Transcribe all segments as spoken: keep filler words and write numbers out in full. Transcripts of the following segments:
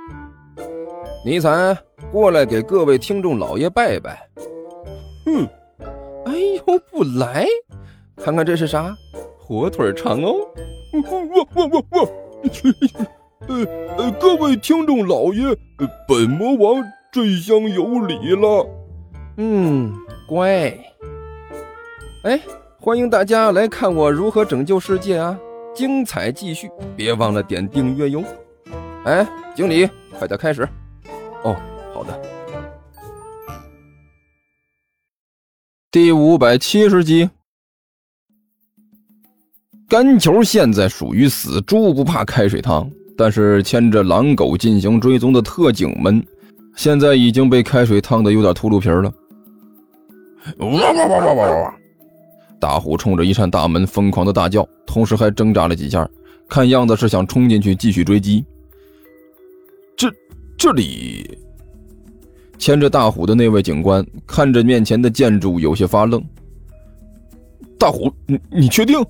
尼采，过来给各位听众老爷拜拜。嗯，哎呦，不来，看看这是啥？火腿肠哦。 哇哇哇哇！呃呃，各位听众老爷，本魔王这厢有礼了。 嗯，乖。哎，欢迎大家来看我如何拯救世界啊！精彩继续，别忘了点订阅哟。哎，经理，快点开始。哦，好的。第五百七十集。干球现在属于死猪不怕开水烫，但是牵着狼狗进行追踪的特警们，现在已经被开水烫得有点秃噜皮了。哇哇哇哇哇哇！大虎冲着一扇大门疯狂的大叫，同时还挣扎了几下，看样子是想冲进去继续追击。这这里，牵着大虎的那位警官看着面前的建筑有些发愣。大虎，你你确定？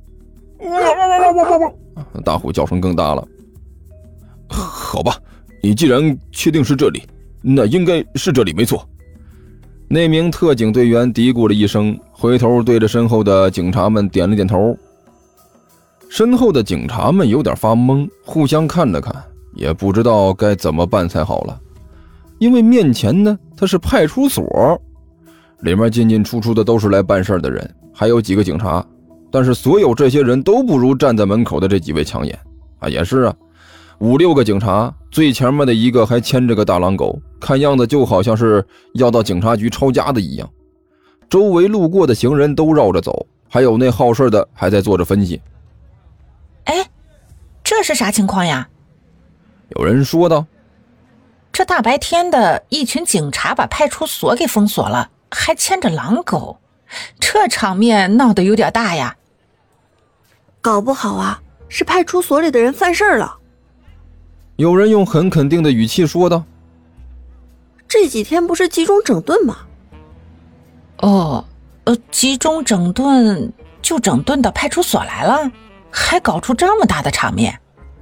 大虎叫声更大了。好吧，你既然确定是这里，那应该是这里没错。那名特警队员嘀咕了一声，回头对着身后的警察们点了点头。身后的警察们有点发懵，互相看了看，也不知道该怎么办才好了。因为面前呢，它是派出所，里面进进出出的都是来办事的人，还有几个警察，但是所有这些人都不如站在门口的这几位抢眼啊！也是啊，五六个警察，最前面的一个还牵着个大狼狗，看样子就好像是要到警察局抄家的一样。周围路过的行人都绕着走，还有那好事的还在做着分析。 哎，这是啥情况呀？ 有人说道。 这大白天的，一群警察把派出所给封锁了，还牵着狼狗，这场面闹得有点大呀。 搞不好啊，是派出所里的人犯事了。 有人用很肯定的语气说道。 这几天不是集中整顿吗？ 哦，呃，集中整顿就整顿到派出所来了，还搞出这么大的场面。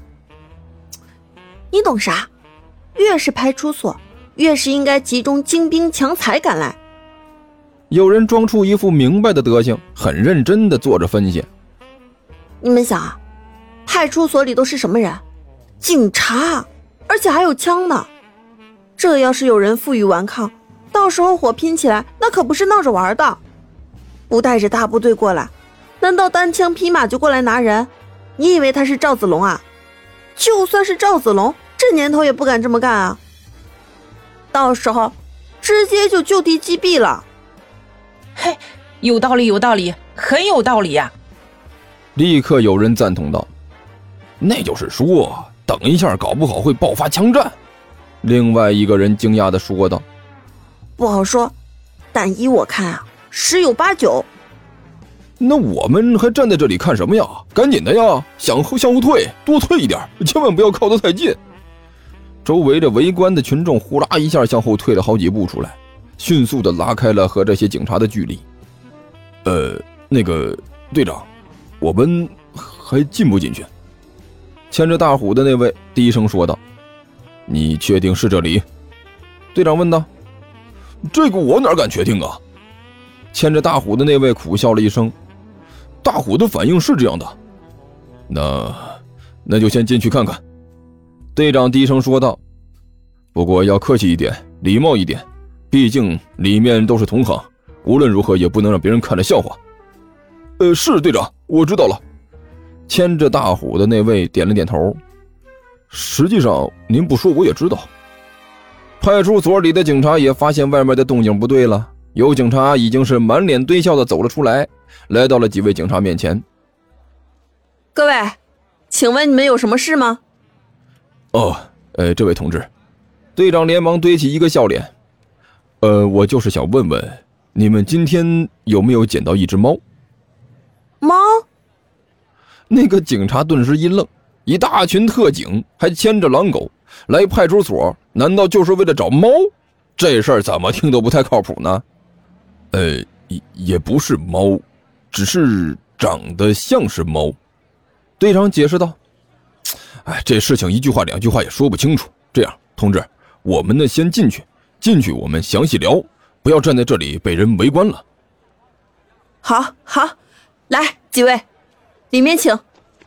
你懂啥？越是派出所，越是应该集中精兵强才赶来。 有人装出一副明白的德行，很认真地做着分析。 你们想啊，派出所里都是什么人？警察，而且还有枪呢。这要是有人负隅顽抗，到时候火拼起来，那可不是闹着玩的。不带着大部队过来，难道单枪匹马就过来拿人？你以为他是赵子龙啊？就算是赵子龙，这年头也不敢这么干啊。到时候直接就就地击毙了。 嘿，有道理有道理，很有道理呀、啊！ 立刻有人赞同道。那就是说，等一下搞不好会爆发枪战。另外一个人惊讶地说道。 不好说，但依我看啊，十有八九。 那我们还站在这里看什么呀？赶紧的呀，向后向后退，多退一点，千万不要靠得太近。周围的围观的群众呼啦一下向后退了好几步出来，迅速地拉开了和这些警察的距离。呃，那个队长，我们还进不进去？牵着大虎的那位低声说道。你确定是这里？队长问道。 这个我哪敢确定啊？ 牵着大虎的那位苦笑了一声。 大虎的反应是这样的。 那那就先进去看看。队长低声说道。不过要客气一点，礼貌一点，毕竟里面都是同行，无论如何也不能让别人看着笑话。 呃，是队长，我知道了。 牵着大虎的那位点了点头。实际上您不说我也知道。派出所里的警察也发现外面的动静不对了，有警察已经是满脸堆笑的走了出来，来到了几位警察面前。 各位，请问你们有什么事吗？ 哦，呃，这位同志。队长连忙堆起一个笑脸。呃，我就是想问问，你们今天有没有捡到一只猫？ 猫？ 那个警察顿时一愣，一大群特警还牵着狼狗来派出所，难道就是为了找猫？这事儿怎么听都不太靠谱呢？ 呃，也不是猫，只是长得像是猫。 队长解释道。哎，这事情一句话两句话也说不清楚， 这样，同志，我们呢先进去，进去我们详细聊，不要站在这里被人围观了。 好，好，来，几位，里面请。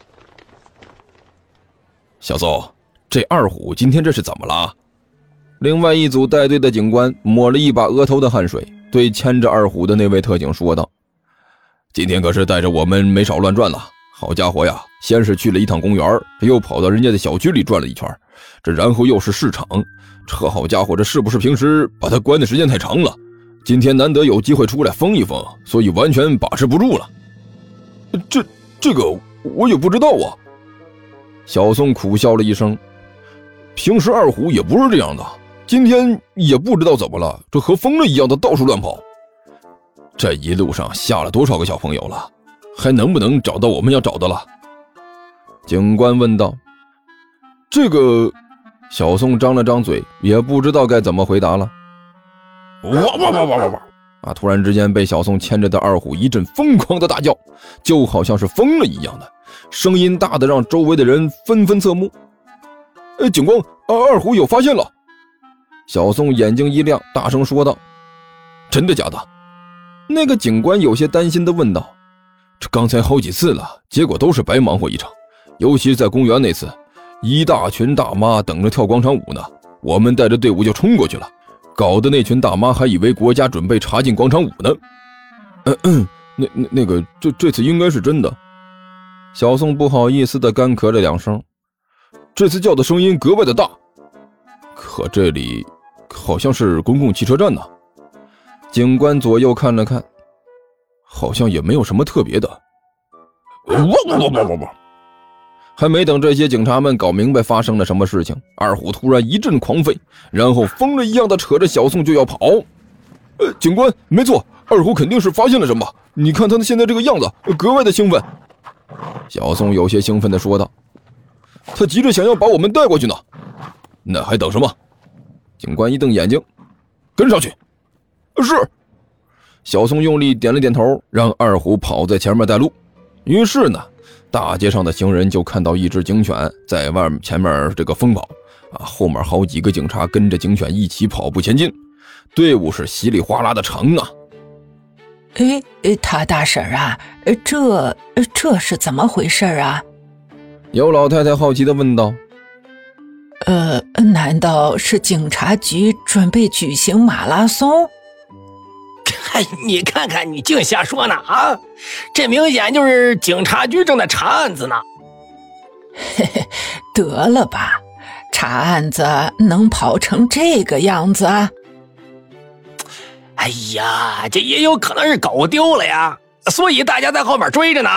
小宋，这二虎今天这是怎么了？另外一组带队的警官抹了一把额头的汗水，对牵着二虎的那位特警说道：今天可是带着我们没少乱转了，好家伙呀，先是去了一趟公园，又跑到人家的小区里转了一圈，这然后又是市场，这好家伙，这是不是平时把他关的时间太长了？今天难得有机会出来疯一疯，所以完全把持不住了。 这这个我也不知道啊。 小宋苦笑了一声， 平时二虎也不是这样的，今天也不知道怎么了，这和疯了一样的到处乱跑。 这一路上吓了多少个小朋友了，还能不能找到我们要找的了？警官问道。 这个小宋张了张嘴，也不知道该怎么回答了。 哇哇哇哇哇哇！ 啊！突然之间，被小宋牵着的二虎一阵疯狂的大叫，就好像是疯了一样的，声音大的让周围的人纷纷侧目。 哎，警官，二虎有发现了！ 小宋眼睛一亮，大声说道：“ 真的假的？” 那个警官有些担心地问道：“这刚才好几次了，结果都是白忙活一场，尤其是在公园那次，一大群大妈等着跳广场舞呢，我们带着队伍就冲过去了。”搞得那群大妈还以为国家准备插进广场舞呢。 嗯嗯，那那那个，这这次应该是真的。 小宋不好意思地干咳了两声， 这次叫的声音格外的大。 可这里好像是公共汽车站呢。警官左右看了看，好像也没有什么特别的。 哇哇哇哇哇哇！ 还没等这些警察们搞明白发生了什么事情，二虎突然一阵狂吠，然后疯了一样的扯着小宋就要跑。 呃，警官，没错，二虎肯定是发现了什么，你看他现在这个样子，格外的兴奋。 小宋有些兴奋地说道：“ 他急着想要把我们带过去呢。” 那还等什么？警官一瞪眼睛， 跟上去。是。 小宋用力点了点头，让二虎跑在前面带路。于是呢，大街上的行人就看到一只警犬在外面前面这个疯跑啊，后面好几个警察跟着警犬一起跑步前进，队伍是稀里哗啦的长啊。 哎，他大婶啊，这这是怎么回事啊？ 有老太太好奇地问道。 呃，难道是警察局准备举行马拉松？ 哎，你看看，你净瞎说呢啊！这明显就是警察局正在查案子呢。 嘿嘿，得了吧，查案子能跑成这个样子啊？ 哎呀，这也有可能是狗丢了呀，所以大家在后面追着呢。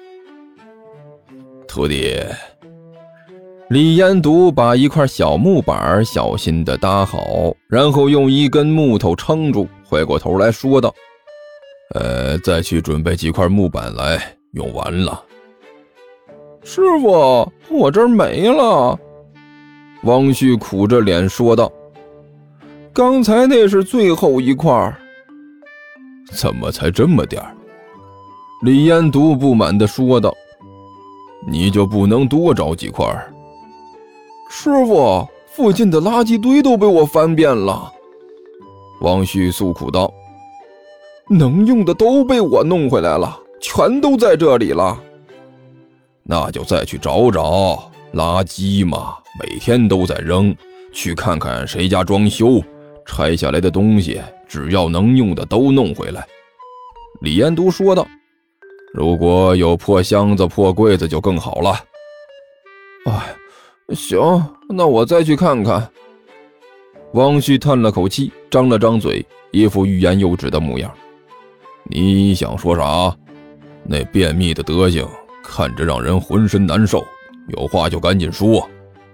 徒弟，李延独把一块小木板小心地搭好，然后用一根木头撑住，回过头来说道：“呃，再去准备几块木板来，用完了。” 师傅，我这儿没了。 汪旭苦着脸说道：“ 刚才那是最后一块。” 怎么才这么点儿？李延独不满地说道：“你就不能多找几块？” 师傅，附近的垃圾堆都被我翻遍了。 汪旭诉苦道：“ 能用的都被我弄回来了，全都在这里了。” 那就再去找找，垃圾嘛，每天都在扔，去看看谁家装修，拆下来的东西，只要能用的都弄回来。”李延独说道：“如果有破箱子、破柜子就更好了。” 哎，行，那我再去看看。 汪旭叹了口气，张了张嘴，一副欲言又止的模样。你想说啥？那便秘的德行，看着让人浑身难受，有话就赶紧说。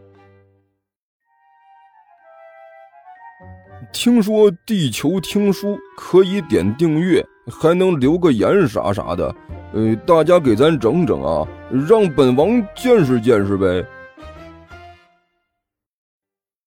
听说地球听书可以点订阅，还能留个言啥啥的，呃，大家给咱整整啊，让本王见识见识呗。